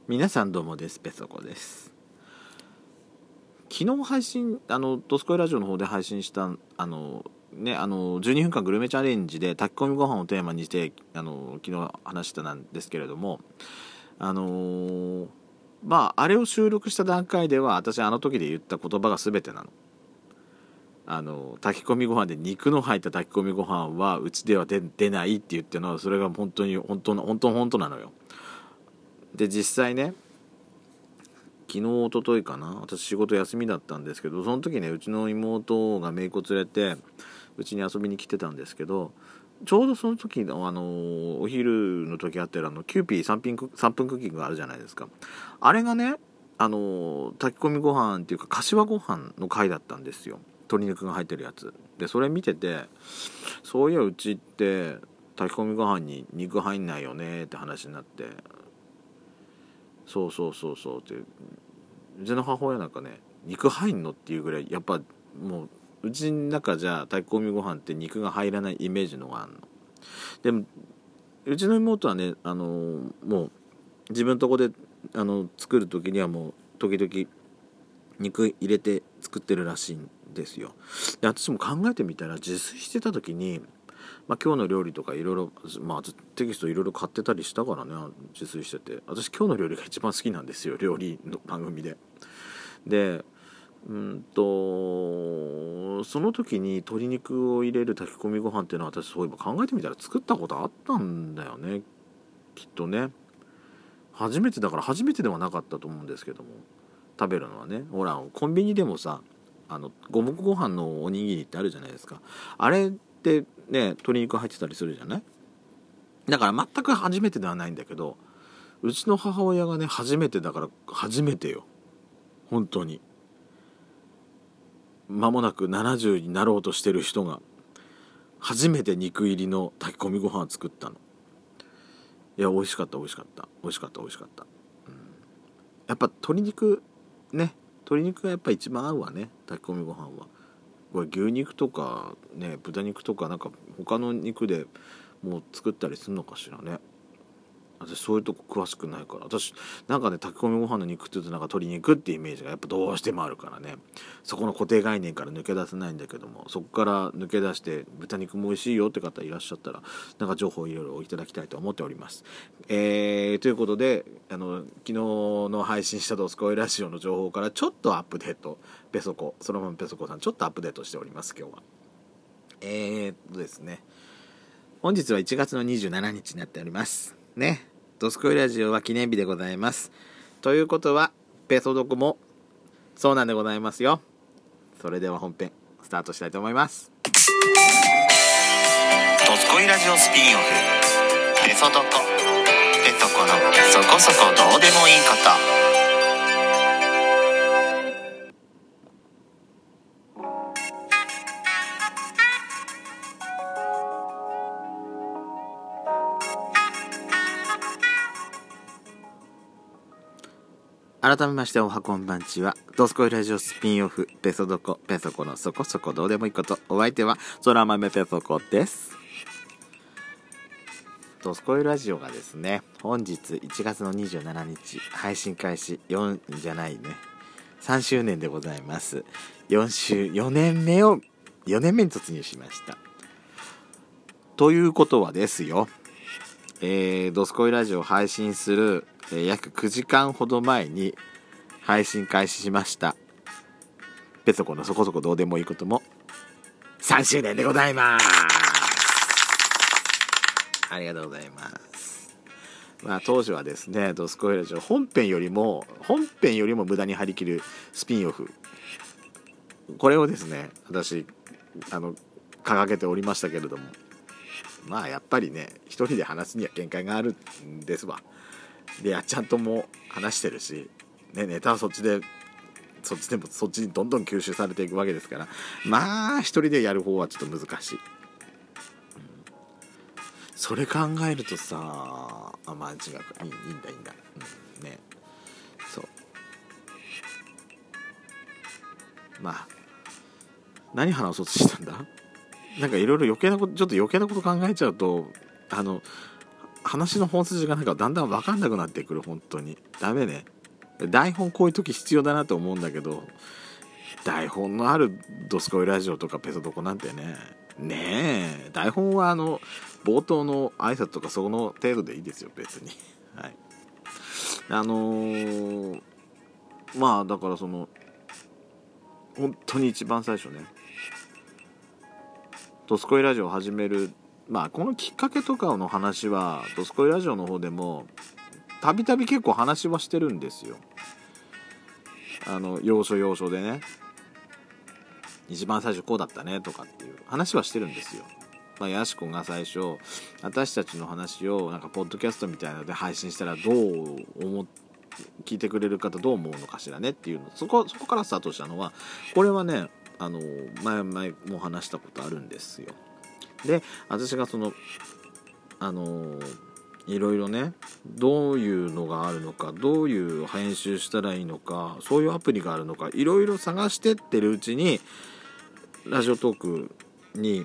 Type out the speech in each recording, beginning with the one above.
皆さんどうもです。ペソコです。昨日配信ドスコイラジオの方で配信した12分間グルメチャレンジで炊き込みご飯をテーマにして昨日話したんですけれども、あれを収録した段階では私時で言った言葉が全てなの。炊き込みご飯で肉の入った炊き込みご飯はうちでは出ないって言ってるのは、それが本当なのよ。で実際ね、昨日一昨日かな、私仕事休みだったんですけど、その時ね、うちの妹が姪っ子連れてうちに遊びに来てたんですけど、ちょうどその時のお昼の時あってるキューピー3分クッキングがあるじゃないですか。あれがね、炊き込みご飯っていうか柏ご飯の回だったんですよ。鶏肉が入ってるやつで、それ見てて、そういやうちって炊き込みご飯に肉入んないよねって話になって、そうってうちの母親なんかね、肉入んのっていうぐらい、やっぱもううちの中じゃ炊き込みご飯って肉が入らないイメージのがあるの。でもうちの妹はね、もう自分のとこで作る時にはもう時々肉入れて作ってるらしいんですよ。で私も考えてみたら、自炊してた時に今日の料理とかいろいろ、テキストいろいろ買ってたりしたからね、自炊してて。私今日の料理が一番好きなんですよ、料理の番組で。でその時に鶏肉を入れる炊き込みご飯っていうのは、私そういえば考えてみたら作ったことあったんだよね、きっとね。初めてではなかったと思うんですけども、食べるのはね、ほらコンビニでもさ、五目ご飯のおにぎりってあるじゃないですか。あれってね、鶏肉入ってたりするじゃない。だから全く初めてではないんだけど、うちの母親がね、初めてだから、初めてよ、本当に。間もなく70になろうとしてる人が初めて肉入りの炊き込みご飯を作ったの。いや、美味しかった、やっぱ鶏肉がやっぱ一番合うわね、炊き込みご飯は。これ牛肉とかね、豚肉とかなんか他の肉でもう作ったりするのかしらね。私そういうとこ詳しくないから、私なんかね、炊き込みご飯の肉って言うとなんか鶏肉ってイメージがやっぱどうしてもあるからね、そこの固定概念から抜け出せないんだけども、そこから抜け出して豚肉も美味しいよって方いらっしゃったら、なんか情報いろいろいただきたいと思っております。ということで、昨日の配信したドスコイラジオの情報からちょっとアップデート、そのままペソコさんちょっとアップデートしております。今日はですね、本日は1月の27日になっておりますね。ドスコイラジオは記念日でございます。ということはペソドコもそうなんでございますよ。それでは本編スタートしたいと思います。 ドスコイラジオスピンオフ、ペソドコ、ペソコのそこそこどうでもいいこと。 改めましておはこんばんちは。ドスコイラジオスピンオフ、ペソドコ、ペソコのそこそこどうでもいいこと。お相手は空豆ペソコです。ドスコイラジオがですね、本日1月の27日配信開始3周年でございます。4年目に突入しました。ということはですよ、ドスコイラジオを配信する約9時間ほど前に配信開始しましたペソコのそこそこどうでもいいことも3周年でございます。ありがとうございます。当時はですね、ドスコイラジオ本編よりも無駄に張り切るスピンオフ、これをですね、私掲げておりましたけれども、やっぱりね、一人で話すには限界があるんですわ。でやっちゃんとも話してるし、ね、ネタはそっちにどんどん吸収されていくわけですから、一人でやる方はちょっと難しい、それ考えるとさ、違う、いいんだ、ね、そう、何話そうとしたんだ。なんかいろいろちょっと余計なこと考えちゃうと、 話の本筋がなんかだんだん分かんなくなってくる。本当にダメね。台本こういう時必要だなと思うんだけど、台本のあるドスコイラジオとかペソドコなんてね台本は冒頭の挨拶とかその程度でいいですよ別に。はい。まあだからその本当に一番最初ね、ドスコイラジオを始める、まあこのきっかけとかの話はドスコイラジオの方でもたびたび結構話はしてるんですよ。要所でね、一番最初こうだったねとかっていう話はしてるんですよ。まあ、ヤシコが最初私たちの話をなんかポッドキャストみたいなので配信したら聞いてくれる方どう思うのかしらねっていうの、そこからスタートしたのは、これはね前も話したことあるんですよ。で私がいろいろね、どういうのがあるのか、どういう編集したらいいのか、そういうアプリがあるのか、いろいろ探してってるうちにラジオトークに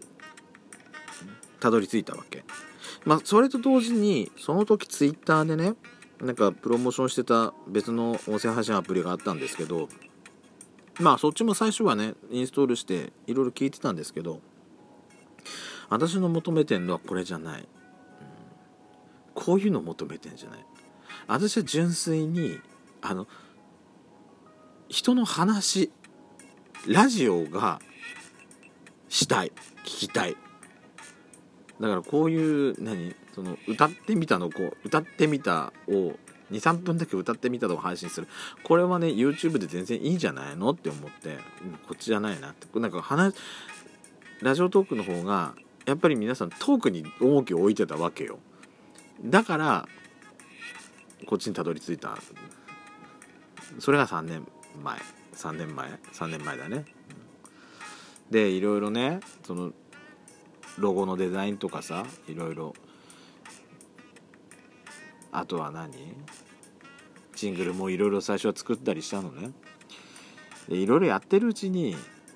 たどり着いたわけ。まあそれと同時にその時ツイッターでね、なんかプロモーションしてた別の音声配信アプリがあったんですけど、まあそっちも最初はねインストールしていろいろ聞いてたんですけど、私の求めてんのはこれじゃない、こういうのを求めてんじゃない。私は純粋に人の話、ラジオがしたい、聞きたい。だからこういう歌ってみたを 2,3 分だけ歌ってみたのを配信する、これはね YouTube で全然いいんじゃないのって思って、こっちじゃないなって、なんかラジオトークの方がやっぱり皆さんトークに重きを置いてたわけよ。だからこっちにたどり着いた。それが3年前だね。でいろいろね、そのロゴのデザインとかさ、いろいろ、あとはジングルもいろいろ最初は作ったりしたのね。でいろいろやってるうちに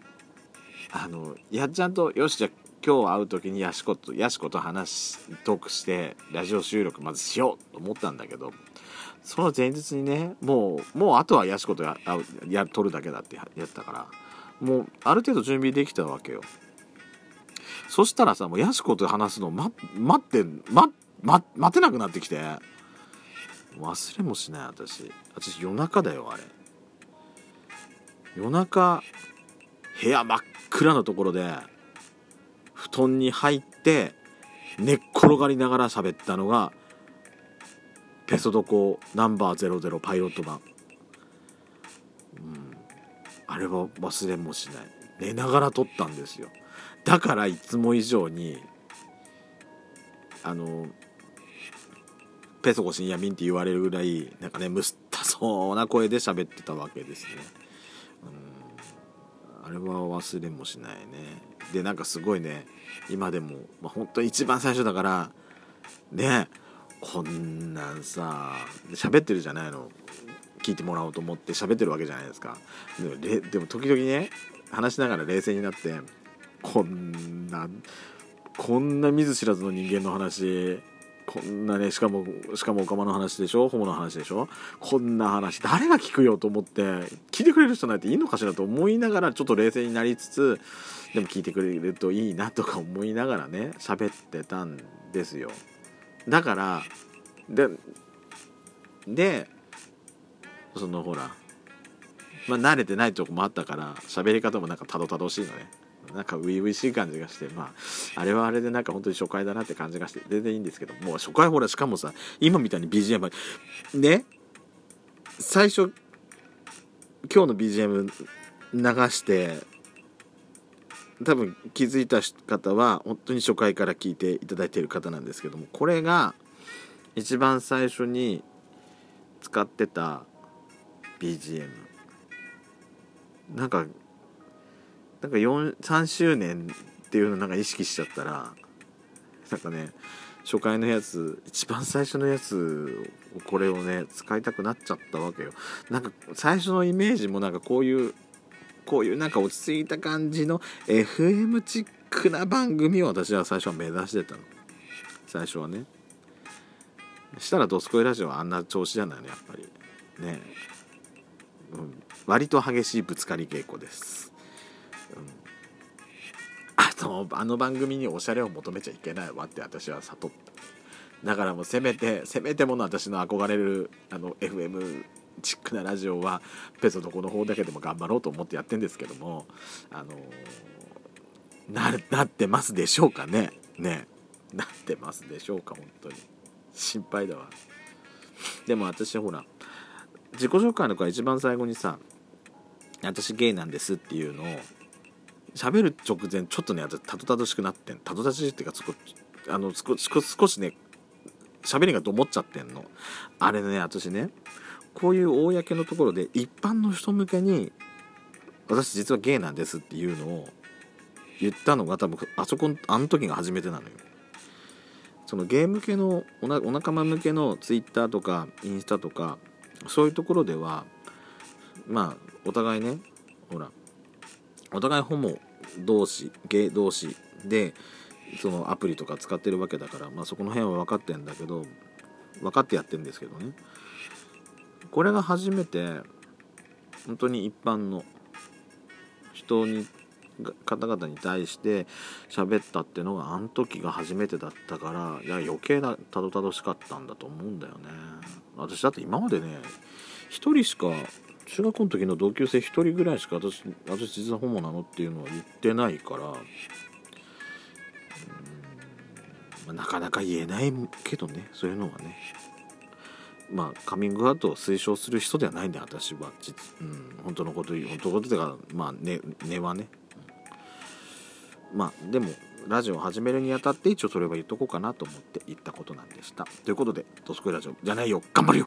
やっちゃんとよし、じゃあ今日会う時にヤシコとトークしてラジオ収録まずしようと思ったんだけど、その前日にね、もうあとはヤシコと撮るだけだってやったから、もうある程度準備できたわけよ。そしたらさ、もうヤシコと話すの待てなくなってきて、忘れもしない。私夜中だよ、あれ。夜中部屋真っ暗なところで布団に入って寝っ転がりながら喋ったのがペソドコナンバー00パイロット版、あれは忘れもしない。寝ながら撮ったんですよ。だからいつも以上にペソコ深夜便って言われるぐらいなんかね、むすったそうな声で喋ってたわけですね。あれは忘れもしないね。でなんかすごいね、今でも、本当一番最初だからね、こんなんさ喋ってるじゃないの、聞いてもらおうと思って喋ってるわけじゃないですか。でも時々ね、話しながら冷静になって、こんな見ず知らずの人間の話、こんなね、しかもオカマの話でしょ、ホモの話でしょ、こんな話誰が聞くよと思って、聞いてくれる人なんていいのかしらと思いながらちょっと冷静になりつつ、でも聞いてくれるといいなとか思いながらね喋ってたんですよ。だからでそのほら、慣れてないとこもあったから喋り方もなんかたどしいのね。なんか初々しい感じがして、あれはあれでなんか本当に初回だなって感じがして全然いいんですけど、もう初回ほら、しかもさ今みたいに BGM ね、最初今日の BGM 流して多分気づいた方は本当に初回から聞いていただいている方なんですけども、これが一番最初に使ってた BGM、 なんか3周年っていうのなんか意識しちゃったら、なんかね初回のやつ、一番最初のやつをこれをね使いたくなっちゃったわけよ。なんか最初のイメージもなんかこういうなんか落ち着いた感じの FM チックな番組を私は最初は目指してたの。最初はねしたらドスコイラジオはあんな調子じゃないのやっぱりね、割と激しいぶつかり稽古です、あの番組におしゃれを求めちゃいけないわって私は悟った。だからもうせめてもの私の憧れるFM チックなラジオはペソドコの方だけでも頑張ろうと思ってやってんですけども、なってますでしょうかね。なってますでしょうか。本当に心配だわ。でも私ほら自己紹介の子は一番最後にさ、私ゲイなんですっていうのを喋る直前ちょっとね私たどたどしくなってん、たどたどしいっていうか少しね喋りがどもっちゃってんの。あれね、私ねこういう公のところで一般の人向けに私実はゲイなんですっていうのを言ったのが多分あの時が初めてなのよ。そのゲイ向けのお仲間向けのツイッターとかインスタとかそういうところではまあお互いね、ほらお互いホモ同士ゲイ同士でそのアプリとか使ってるわけだから、そこの辺は分かってんだけど、分かってやってるんですけどね、これが初めて本当に一般の方々に対して喋ったっていうのがあの時が初めてだったから、いや余計なたどたどしかったんだと思うんだよね。私だって今までね一人しか、中学校の時の同級生一人ぐらいしか私実はホモなのっていうのは言ってないから、なかなか言えないけどね、そういうのはね。カミングアウトを推奨する人ではないんで私は本当のこと言う、本当のことというか根はね、でもラジオを始めるにあたって一応それは言っとこうかなと思って言ったことなんでした。ということでドスコイラジオじゃないよ頑張るよ。